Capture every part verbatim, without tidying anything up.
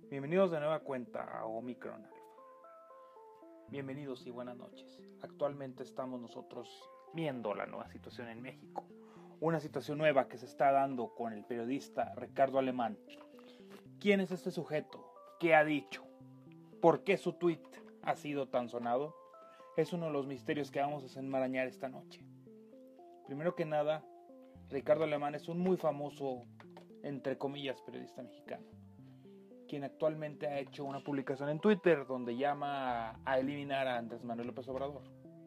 Bienvenidos de nueva cuenta a Omicron Alpha. Bienvenidos y buenas noches. Actualmente estamos nosotros viendo la nueva situación en México. Una situación nueva que se está dando con el periodista Ricardo Alemán. ¿Quién es este sujeto? ¿Qué ha dicho? ¿Por qué su tweet ha sido tan sonado? Es uno de los misterios que vamos a desenmarañar esta noche. Primero que nada, Ricardo Alemán es un muy famoso, entre comillas, periodista mexicano, quien actualmente ha hecho una publicación en Twitter donde llama a eliminar a Andrés Manuel López Obrador.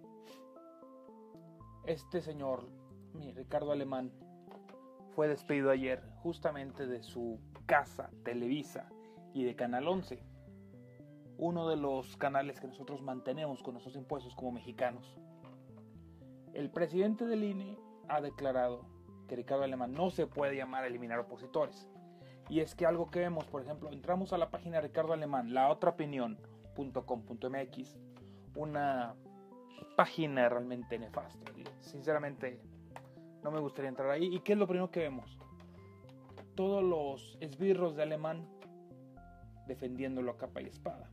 Este señor, mi Ricardo Alemán, fue despedido ayer justamente de su casa Televisa y de Canal once, uno de los canales que nosotros mantenemos con nuestros impuestos como mexicanos. El presidente del I N E ha declarado que Ricardo Alemán no se puede llamar a eliminar opositores. Y es que algo que vemos, por ejemplo, entramos a la página de Ricardo Alemán, la otra opinión punto com punto m x, una página realmente nefasta. Sinceramente, no me gustaría entrar ahí. ¿Y qué es lo primero que vemos? Todos los esbirros de Alemán defendiéndolo a capa y espada.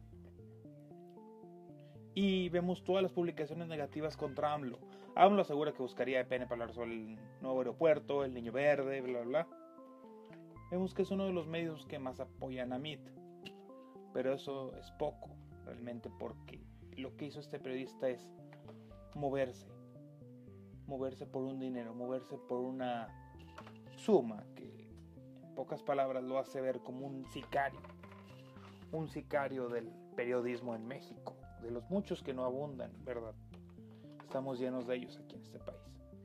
Y vemos todas las publicaciones negativas contra AMLO. AMLO asegura que buscaría E P N para hablar sobre el nuevo aeropuerto, el niño verde, bla, bla, bla. Vemos que es uno de los medios que más apoyan a M I T. Pero eso es poco, realmente, porque lo que hizo este periodista es moverse. Moverse por un dinero, moverse por una suma que, en pocas palabras, lo hace ver como un sicario. Un sicario del periodismo en México. De los muchos que no abundan, ¿verdad? Estamos llenos de ellos aquí en este país.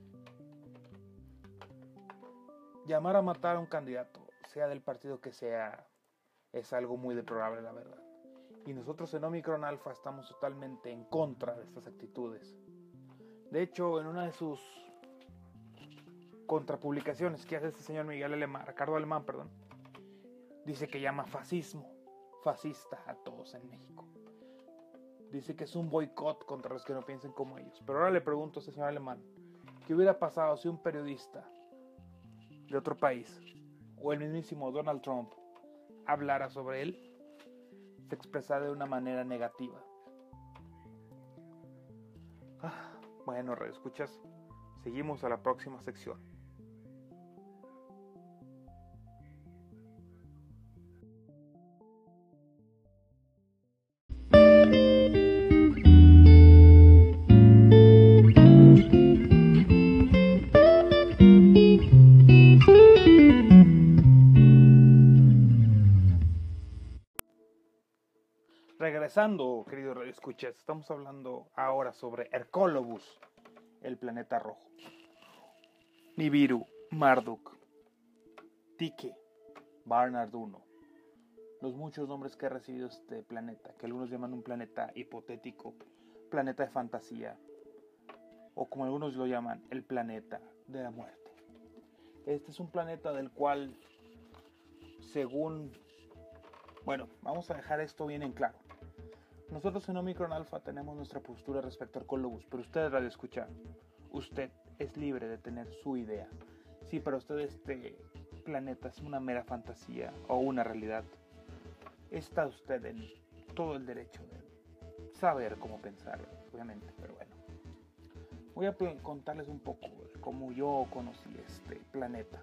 Llamar a matar a un candidato, sea del partido que sea, es algo muy deplorable, la verdad. Y nosotros en Omicron Alpha estamos totalmente en contra de estas actitudes. De hecho, en una de sus contrapublicaciones que hace este señor Miguel Alemán, Ricardo Alemán, perdón, dice que llama fascismo, fascista a todos en México. Dice que es un boicot contra los que no piensen como ellos. Pero ahora le pregunto a este señor Alemán, ¿qué hubiera pasado si un periodista de otro país, o el mismísimo Donald Trump, hablara sobre él, se expresara de una manera negativa? Ah, bueno, reescuchas, seguimos a la próxima sección. Regresando, queridos radioescuchas, estamos hablando ahora sobre Hercólobus, el planeta rojo. Nibiru, Marduk, Tique, Barnard uno, los muchos nombres que ha recibido este planeta, que algunos llaman un planeta hipotético, planeta de fantasía, o como algunos lo llaman, el planeta de la muerte. Este es un planeta del cual, según... Bueno, vamos a dejar esto bien en claro. Nosotros en Omicron Alpha tenemos nuestra postura respecto a Hercólobus, pero usted, radio escucha, usted es libre de tener su idea. Si para usted este planeta es una mera fantasía o una realidad, está usted en todo el derecho de saber cómo pensar, obviamente, pero bueno. Voy a contarles un poco de cómo yo conocí este planeta.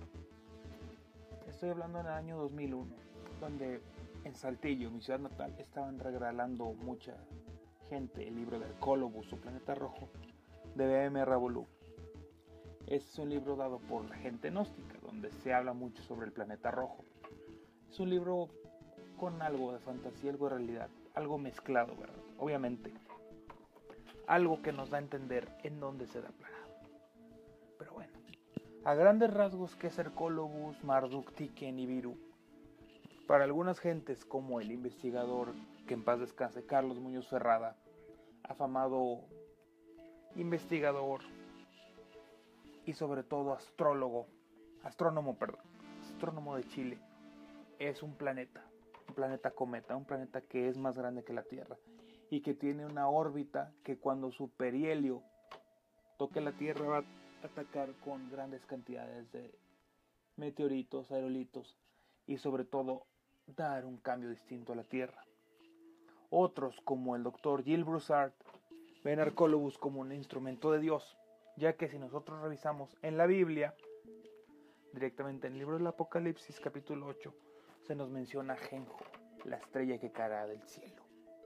Estoy hablando en el año dos mil uno, donde en Saltillo, mi ciudad natal, estaban regalando mucha gente el libro de Hercólobus, su planeta rojo, de B M Revolú. Este es un libro dado por la gente gnóstica, donde se habla mucho sobre el planeta rojo. Es un libro con algo de fantasía, algo de realidad, algo mezclado, ¿verdad? Obviamente, algo que nos da a entender en dónde se da plagado. Pero bueno, a grandes rasgos, ¿qué es Hercólobus, Marduk, Tique, Nibiru? Para algunas gentes, como el investigador, que en paz descanse, Carlos Muñoz Ferrada, afamado investigador y sobre todo astrólogo, astrónomo, perdón, astrónomo de Chile, es un planeta, un planeta cometa, un planeta que es más grande que la Tierra y que tiene una órbita que cuando su perihelio toque la Tierra va a atacar con grandes cantidades de meteoritos, aerolitos y sobre todo dar un cambio distinto a la Tierra. Otros, como el doctor Gil Broussard, ven a Arcolobus como un instrumento de Dios, ya que si nosotros revisamos en la Biblia, directamente en el libro del Apocalipsis capítulo ocho, se nos menciona Genjo, la estrella que caerá del cielo.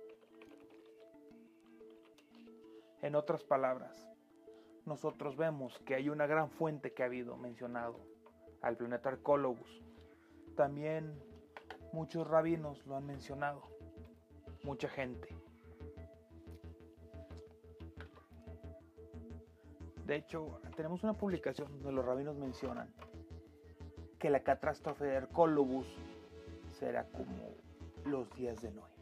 En otras palabras, nosotros vemos que hay una gran fuente que ha habido mencionado al planeta Arcolobus. También muchos rabinos lo han mencionado, mucha gente. De hecho, tenemos una publicación donde los rabinos mencionan que la catástrofe de Arcolobus será como los días de Noé.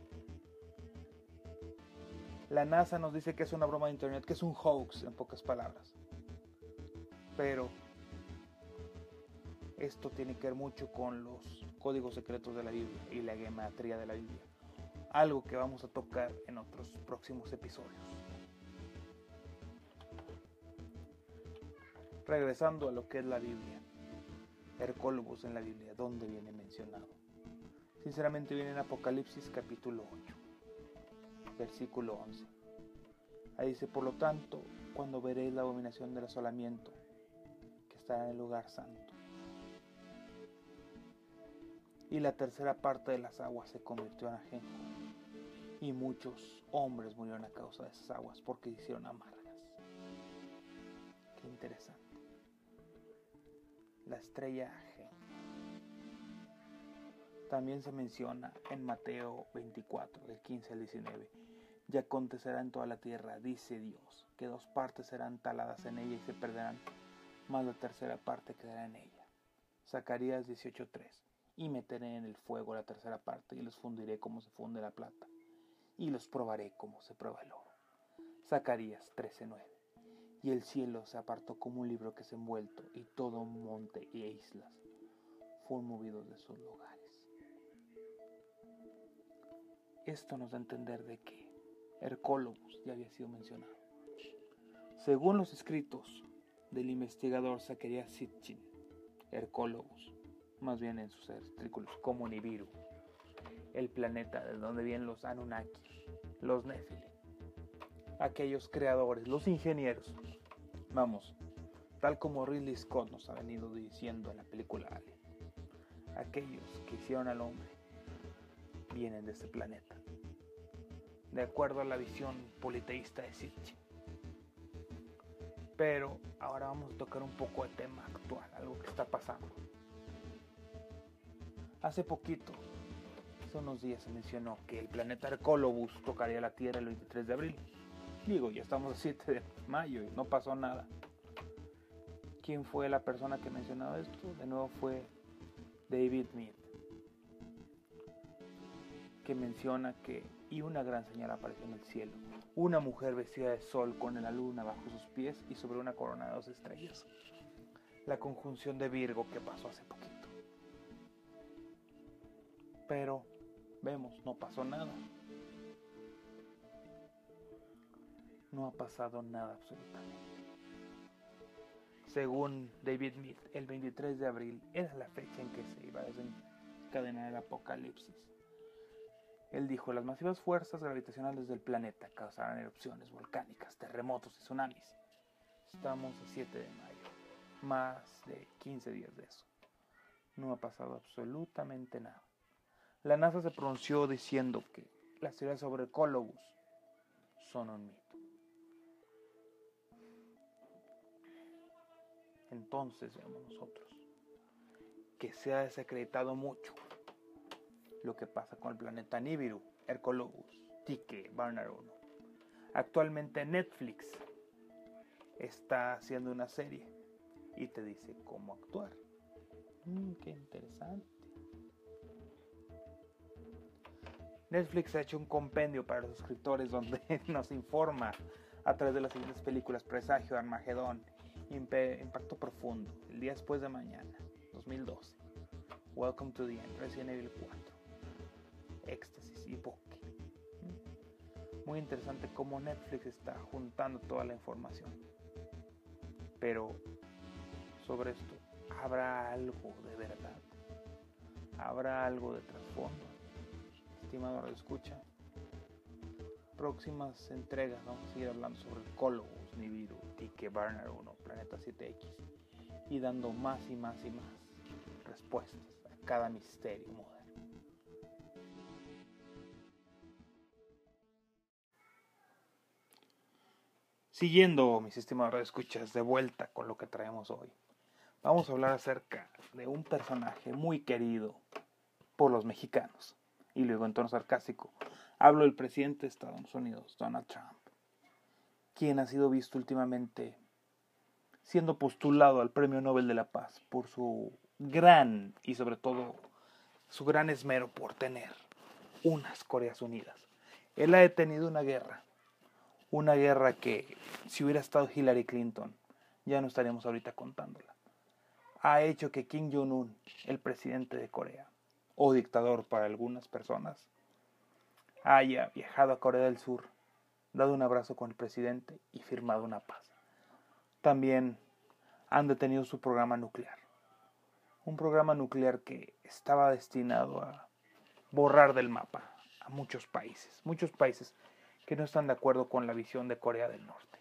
La NASA nos dice que es una broma de internet, que es un hoax, en pocas palabras. Pero esto tiene que ver mucho con los códigos secretos de la Biblia y la gematría de la Biblia. Algo que vamos a tocar en otros próximos episodios. Regresando a lo que es la Biblia. Arcolobus en la Biblia, ¿dónde viene mencionado? Sinceramente viene en Apocalipsis capítulo ocho, versículo once. Ahí dice: por lo tanto, cuando veréis la abominación del asolamiento que está en el lugar santo, y la tercera parte de las aguas se convirtió en ajenjo, y muchos hombres murieron a causa de esas aguas porque se hicieron amargas. Qué interesante. La estrella ajenjo. También se menciona en Mateo veinticuatro, del quince al diecinueve. Y acontecerá en toda la tierra, dice Dios, que dos partes serán taladas en ella y se perderán, mas la tercera parte quedará en ella. Zacarías dieciocho tres. Y meteré en el fuego la tercera parte, y los fundiré como se funde la plata, y los probaré como se prueba el oro. Zacarías trece nueve. Y el cielo se apartó como un libro que es envuelto, y todo monte e islas fueron movidos de sus lugares. Esto nos da a entender de que Arcolobus ya había sido mencionado. Según los escritos del investigador Zecharia Sitchin, Arcolobus, más bien en sus artículos como Nibiru, el planeta de donde vienen los Anunnaki, los Nephilim, aquellos creadores, los ingenieros, vamos, tal como Ridley Scott nos ha venido diciendo en la película Alien, aquellos que hicieron al hombre vienen de este planeta, de acuerdo a la visión politeísta de Sitchin. Pero ahora vamos a tocar un poco el tema actual, algo que está pasando. Hace poquito, hace unos días, se mencionó que el planeta Arcolobus tocaría la Tierra el veintitrés de abril. Digo, ya estamos a siete de mayo y no pasó nada. ¿Quién fue la persona que mencionó esto? De nuevo fue David Mead, que menciona que y una gran señal apareció en el cielo, una mujer vestida de sol con la luna bajo sus pies y sobre una corona de dos estrellas. La conjunción de Virgo que pasó hace poquito. Pero vemos, no pasó nada. No ha pasado nada absolutamente. Según David Mead, el veintitrés de abril era la fecha en que se iba a desencadenar el apocalipsis. Él dijo: las masivas fuerzas gravitacionales del planeta causarán erupciones volcánicas, terremotos y tsunamis. Estamos a siete de mayo, más de quince días de eso. No ha pasado absolutamente nada. La NASA se pronunció diciendo que las teorías sobre Arcolobus son un mito. Entonces vemos nosotros que se ha desacreditado mucho lo que pasa con el planeta Nibiru, Arcolobus, Tyche, Barnard uno. Actualmente Netflix está haciendo una serie y te dice cómo actuar. Mm, qué interesante. Netflix ha hecho un compendio para los suscriptores donde nos informa a través de las siguientes películas: Presagio, Armagedón, Impacto Profundo, El día después de mañana, dos mil doce, Welcome to the End, Resident Evil cuatro, Éxtasis y Bokeh. Muy interesante cómo Netflix está juntando toda la información. Pero sobre esto, ¿habrá algo de verdad? ¿Habrá algo de trasfondo? Estimado Radio Escucha, próximas entregas vamos a seguir hablando sobre el Colobus, Nibiru, Tyche, Barnard uno, Planeta siete equis y dando más y más y más respuestas a cada misterio moderno. Siguiendo, mis estimados radioescuchas, de vuelta con lo que traemos hoy, vamos a hablar acerca de un personaje muy querido por los mexicanos. Y luego, en tono sarcástico, hablo del presidente de Estados Unidos, Donald Trump, quien ha sido visto últimamente siendo postulado al Premio Nobel de la Paz por su gran, y sobre todo, su gran esmero por tener unas Coreas Unidas. Él ha detenido una guerra, una guerra que, si hubiera estado Hillary Clinton, ya no estaríamos ahorita contándola. Ha hecho que Kim Jong-un, el presidente de Corea, o dictador para algunas personas, haya viajado a Corea del Sur, dado un abrazo con el presidente y firmado una paz. También han detenido su programa nuclear. Un programa nuclear que estaba destinado a borrar del mapa a muchos países. Muchos países que no están de acuerdo con la visión de Corea del Norte.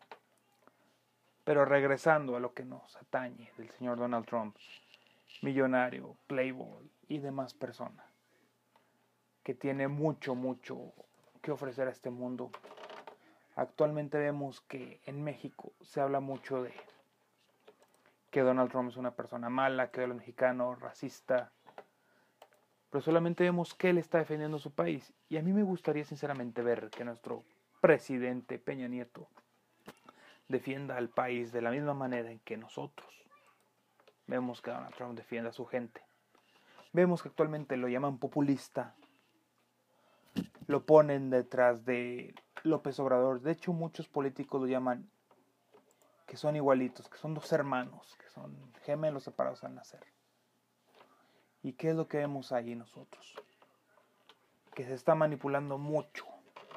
Pero regresando a lo que nos atañe del señor Donald Trump, millonario, playboy y demás personas, que tiene mucho, mucho que ofrecer a este mundo. Actualmente vemos que en México se habla mucho de que Donald Trump es una persona mala, que el mexicano racista, pero solamente vemos que él está defendiendo su país. Y a mí me gustaría sinceramente ver que nuestro presidente Peña Nieto defienda al país de la misma manera en que nosotros vemos que Donald Trump defiende a su gente. Vemos que actualmente lo llaman populista, lo ponen detrás de López Obrador. De hecho, muchos políticos lo llaman que son igualitos, que son dos hermanos, que son gemelos separados al nacer. ¿Y qué es lo que vemos ahí nosotros? Que se está manipulando mucho,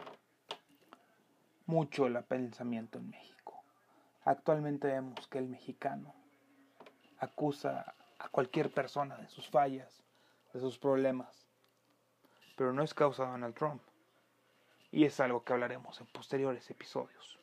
mucho el pensamiento en México. Actualmente vemos que el mexicano acusa a cualquier persona de sus fallas, de sus problemas, pero no es causa de Donald Trump. Y es algo que hablaremos en posteriores episodios.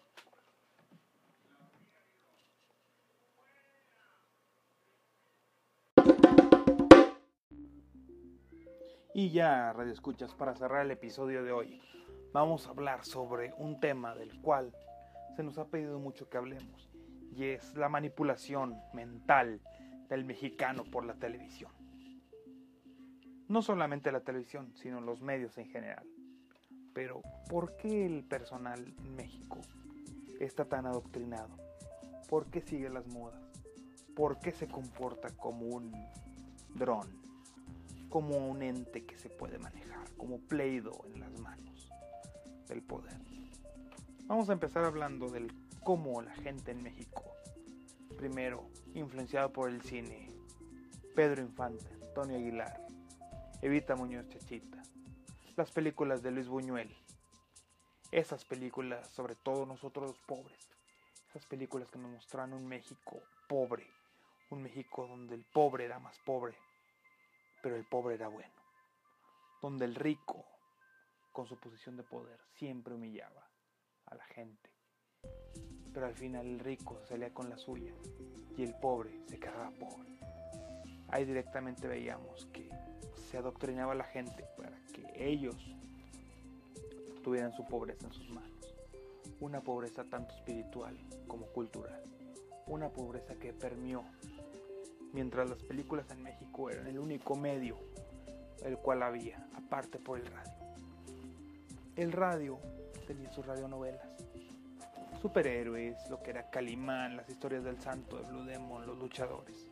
Y ya, Radio Escuchas, para cerrar el episodio de hoy, vamos a hablar sobre un tema del cual se nos ha pedido mucho que hablemos, y es la manipulación mental del mexicano por la televisión. No solamente la televisión, sino los medios en general. Pero, ¿por qué el personal en México está tan adoctrinado? ¿Por qué sigue las modas? ¿Por qué se comporta como un dron? Como un ente que se puede manejar, como Play-Doh en las manos del poder. Vamos a empezar hablando del cómo la gente en México, primero influenciado por el cine, Pedro Infante, Antonio Aguilar, Evita Muñoz Chachita, las películas de Luis Buñuel, esas películas, sobre todo nosotros los pobres, esas películas que nos mostraron un México pobre, un México donde el pobre era más pobre, pero el pobre era bueno, donde el rico, con su posición de poder, siempre humillaba a la gente, pero al final el rico se salía con la suya y el pobre se quedaba pobre. Ahí directamente veíamos que se adoctrinaba a la gente para que ellos tuvieran su pobreza en sus manos, una pobreza tanto espiritual como cultural, una pobreza que permeó. Mientras las películas en México eran el único medio el cual había, aparte por el radio. El radio tenía sus radionovelas, superhéroes, lo que era Calimán, las historias del Santo, de Blue Demon, los luchadores.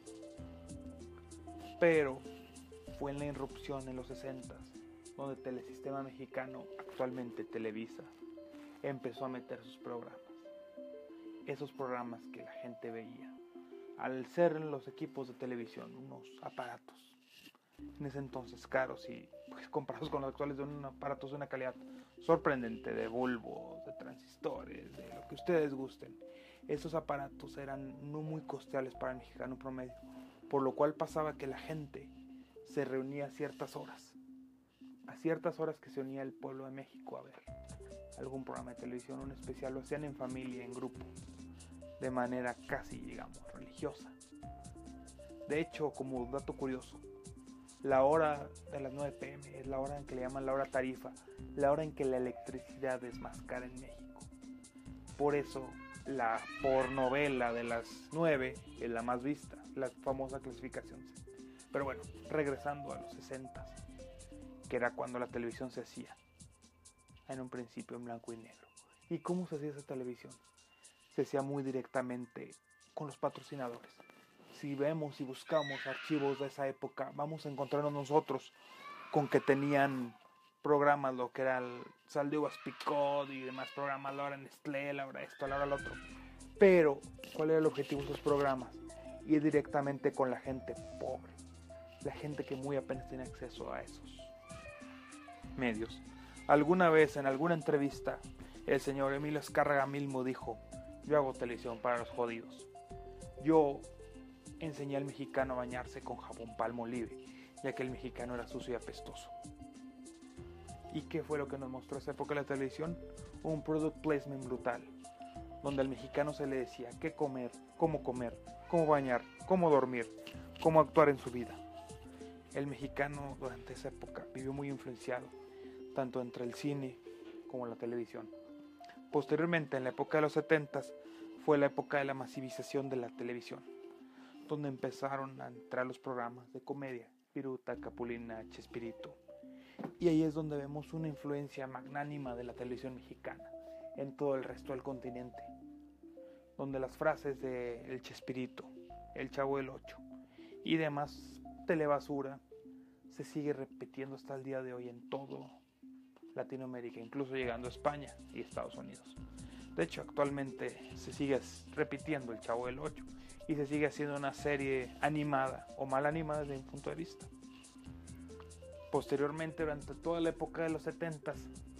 Pero fue en la irrupción en los sesentas donde Telesistema Mexicano, actualmente Televisa, empezó a meter sus programas. Esos programas que la gente veía. Al ser los equipos de televisión unos aparatos en ese entonces caros y pues, comparados con los actuales de un aparatos de una calidad sorprendente, de bulbos, de transistores, de lo que ustedes gusten, esos aparatos eran no muy costeables para el mexicano promedio, por lo cual pasaba que la gente se reunía a ciertas horas. A ciertas horas que se unía el pueblo de México a ver algún programa de televisión, un especial, lo hacían en familia, en grupo, de manera casi, digamos, religiosa. De hecho, como dato curioso, la hora de las nueve pe eme es la hora en que le llaman la hora tarifa, la hora en que la electricidad es más cara en México. Por eso, la pornovela de las nueve es la más vista, la famosa clasificación C. Pero bueno, regresando a los sesentas, que era cuando la televisión se hacía, en un principio en blanco y negro. ¿Y cómo se hacía esa televisión? Se hacía muy directamente con los patrocinadores. Si vemos y buscamos archivos de esa época, vamos a encontrarnos nosotros con que tenían programas, lo que era el Sal de Uvas Picot y demás programas, la hora Nestlé, la hora esto, la hora lo otro. Pero, ¿cuál era el objetivo de esos programas? Ir directamente con la gente pobre, la gente que muy apenas tiene acceso a esos medios. Alguna vez en alguna entrevista el señor Emilio Azcárraga Milmo dijo: yo hago televisión para los jodidos. Yo enseñé al mexicano a bañarse con jabón Palmolive, ya que el mexicano era sucio y apestoso. ¿Y qué fue lo que nos mostró esa época de la televisión? Un product placement brutal, donde al mexicano se le decía qué comer, cómo comer, cómo bañar, cómo dormir, cómo actuar en su vida. El mexicano durante esa época vivió muy influenciado, tanto entre el cine como la televisión. Posteriormente, en la época de los setentas, fue la época de la masivización de la televisión, donde empezaron a entrar los programas de comedia, Viruta, Capulina, Chespirito. Y ahí es donde vemos una influencia magnánima de la televisión mexicana en todo el resto del continente, donde las frases de El Chespirito, El Chavo del Ocho y demás telebasura se sigue repitiendo hasta el día de hoy en todo Latinoamérica, incluso llegando a España y Estados Unidos. De hecho, actualmente se sigue repitiendo El Chavo del Ocho y se sigue haciendo una serie animada o mal animada desde mi punto de vista. Posteriormente, durante toda la época de los setentas,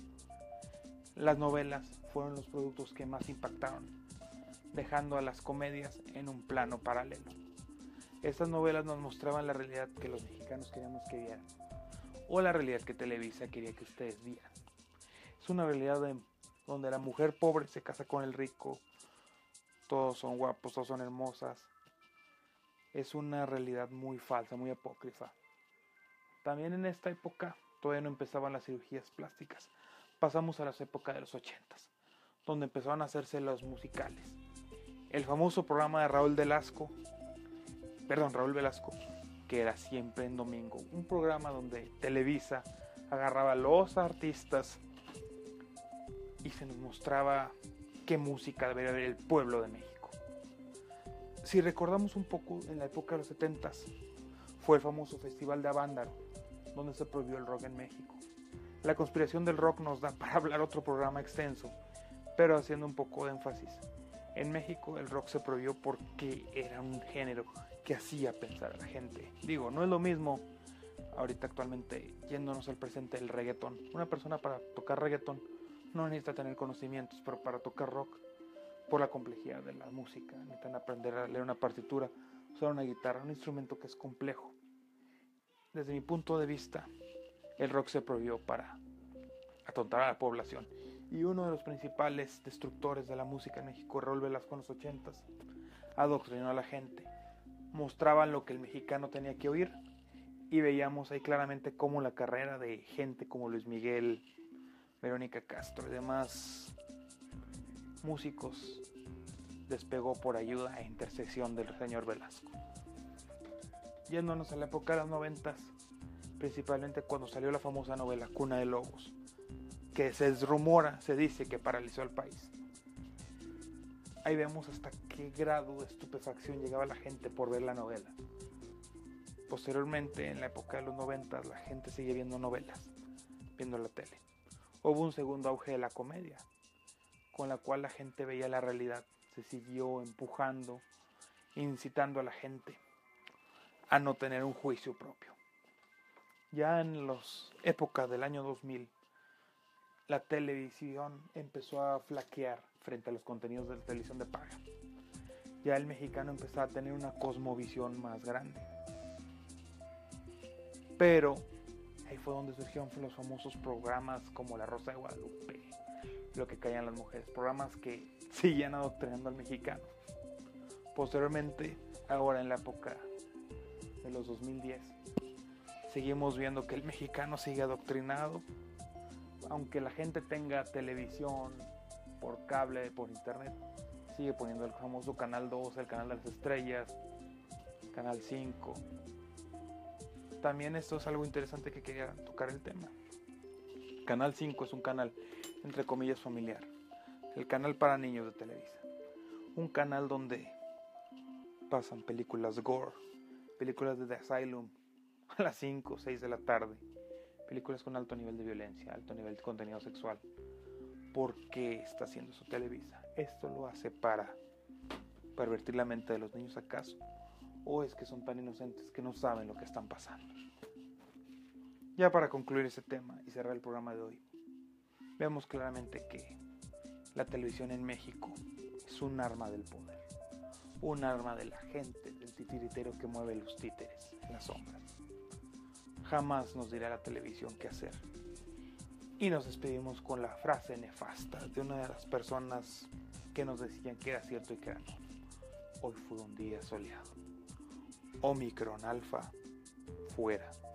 las novelas fueron los productos que más impactaron, dejando a las comedias en un plano paralelo. Estas novelas nos mostraban la realidad que los mexicanos queríamos que vieran, o la realidad que Televisa quería que ustedes vieran. Es una realidad de, donde la mujer pobre se casa con el rico, todos son guapos, todos son hermosas. Es una realidad muy falsa, muy apócrifa. También en esta época todavía no empezaban las cirugías plásticas. Pasamos a las épocas de los ochentas, donde empezaron a hacerse los musicales. El famoso programa de Raúl Velasco, perdón, Raúl Velasco, que era Siempre en Domingo, un programa donde Televisa agarraba a los artistas y se nos mostraba qué música debería ver el pueblo de México. Si recordamos un poco, en la época de los setentas fue el famoso Festival de Avándaro, donde se prohibió el rock en México. La conspiración del rock nos da para hablar otro programa extenso, pero haciendo un poco de énfasis. En México el rock se prohibió porque era un género que hacía pensar a la gente. Digo, no es lo mismo ahorita actualmente, yéndonos al presente, el reggaetón. Una persona para tocar reggaetón no necesita tener conocimientos, pero para tocar rock, por la complejidad de la música, necesitan aprender a leer una partitura, usar una guitarra, un instrumento que es complejo. Desde mi punto de vista, el rock se prohibió para atontar a la población. Y uno de los principales destructores de la música en México, Raúl Velasco, en los ochentas, adoctrinó a la gente. Mostraban lo que el mexicano tenía que oír y veíamos ahí claramente cómo la carrera de gente como Luis Miguel, Verónica Castro y demás músicos despegó por ayuda e intercesión del señor Velasco. Yéndonos a la época de los noventas, principalmente cuando salió la famosa novela Cuna de Lobos, que se rumora, se dice que paralizó al país. Ahí vemos hasta qué grado de estupefacción llegaba la gente por ver la novela. Posteriormente, en la época de los noventas, la gente seguía viendo novelas, viendo la tele. Hubo un segundo auge de la comedia, con la cual la gente veía la realidad. Se siguió empujando, incitando a la gente a no tener un juicio propio. Ya en las épocas del año dos mil, la televisión empezó a flaquear frente a los contenidos de la televisión de paga. Ya el mexicano empezó a tener una cosmovisión más grande. Pero ahí fue donde surgieron los famosos programas como La Rosa de Guadalupe, Lo que callan las mujeres, programas que siguen adoctrinando al mexicano. Posteriormente, ahora en la época de los dos mil diez, seguimos viendo que el mexicano sigue adoctrinado, aunque la gente tenga televisión por cable, por internet, sigue poniendo el famoso Canal dos, el Canal de las Estrellas, Canal cinco. También esto es algo interesante que quería tocar el tema. Canal cinco es un canal, entre comillas, familiar. El canal para niños de Televisa. Un canal donde pasan películas gore, películas de The Asylum a las cinco o seis de la tarde, películas con alto nivel de violencia, alto nivel de contenido sexual. ¿Por qué está haciendo eso Televisa? ¿Esto lo hace para pervertir la mente de los niños acaso? ¿O es que son tan inocentes que no saben lo que están pasando? Ya para concluir ese tema y cerrar el programa de hoy, vemos claramente que la televisión en México es un arma del poder, un arma de la gente, del titiritero que mueve los títeres en las sombras. Jamás nos dirá la televisión qué hacer. Y nos despedimos con la frase nefasta de una de las personas que nos decían que era cierto y que era no. Hoy fue un día soleado. Omicron Alfa, fuera.